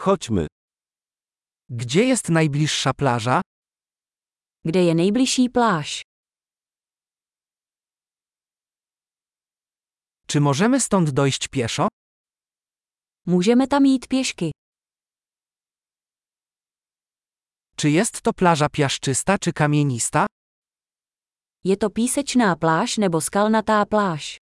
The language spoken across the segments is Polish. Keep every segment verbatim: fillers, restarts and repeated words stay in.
Chodźmy. Gdzie jest najbliższa plaża? Kde je nejbližší pláž? Czy możemy stąd dojść pieszo? Můžeme tam jít pěšky. Czy jest to plaża piaszczysta czy kamienista? Je to písečná pláž nebo skalnatá pláž?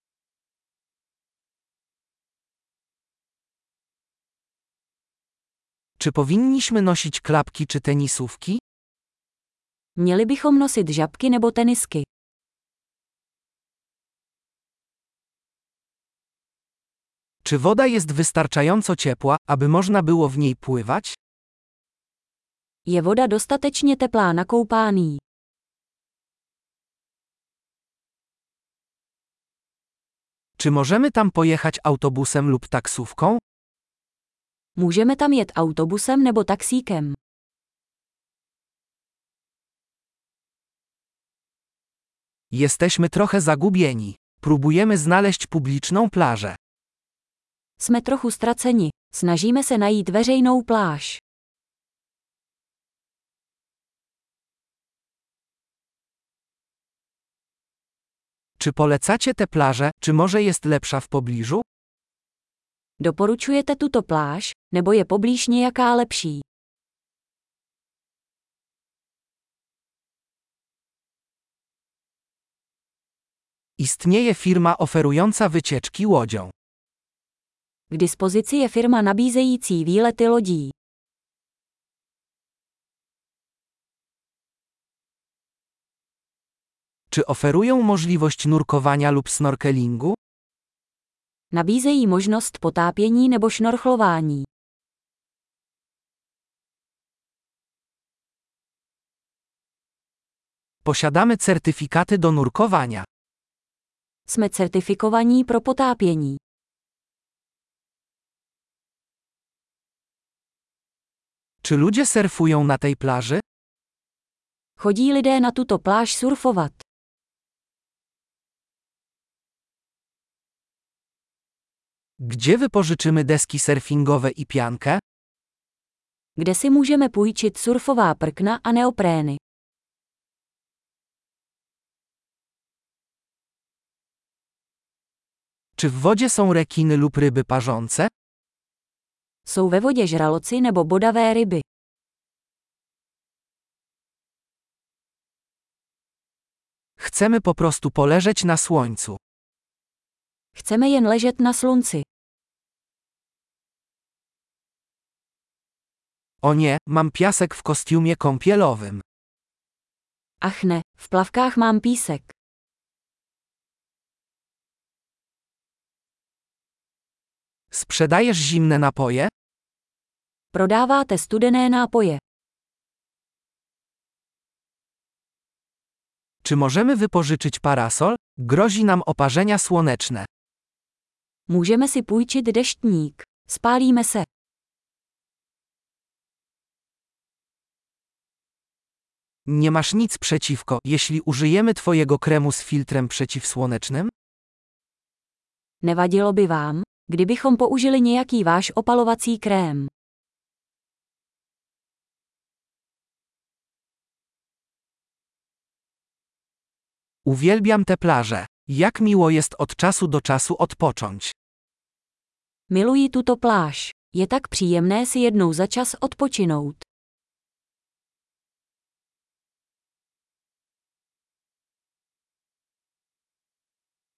Czy powinniśmy nosić klapki czy tenisówki? Měli bychom nosit žabky nebo tenisky. Czy woda jest wystarczająco ciepła, aby można było w niej pływać? Je voda dostatečně teplá na koupání? Czy możemy tam pojechać autobusem lub taksówką? Můžeme tam jet autobusem nebo taxíkem? Jesteśmy trochę zagubieni. Próbujemy znaleźć publiczną plażę. Jsme trochu ztraceni. Snažíme se najít veřejnou pláž. Czy polecacie tę plażę, czy może jest lepsza w pobliżu? Doporučujete tuto pláž, nebo je poblíž nějaká lepší? Istnieje firma oferująca wycieczki łodzią. K dispozici je firma nabízející výlety lodí. Czy oferują możliwość nurkowania lub snorkelingu? Nabízejí možnost potápění nebo šnorchlování. Posiadamy certyfikaty do nurkowania. Jsme certifikovaní pro potápění. Czy ludzie surfują na tej plaży? Chodí lidé na tuto pláž surfovat. Gdzie wypożyczymy deski surfingowe i piankę? Kde si můžeme půjčit surfová prkna a neoprény? Czy w wodzie są rekiny lub ryby parzące? Jsou ve vodě žraloci nebo bodavé ryby? Chcemy po prostu poleżeć na słońcu. Chceme jen ležet na slunci. O nie, mam piasek w kostiumie kąpielowym. Ach ne, v plavkách mám písek. Sprzedajesz zimne napoje? Prodáváte studené nápoje. Czy możemy wypożyczyć parasol? Grozi nam oparzenia słoneczne. Můžeme si půjčit deštník. Spálíme se. Nie masz nic przeciwko, jeśli użyjemy twojego kremu z filtrem przeciwsłonecznym? Nevadilo by vám, kdybychom použili nějaký váš opalovací krém? Uwielbiam tę plażę. Jak miło jest od czasu do czasu odpocząć. Miluji tuto pláž. Je tak příjemné si jednou za čas odpočinout.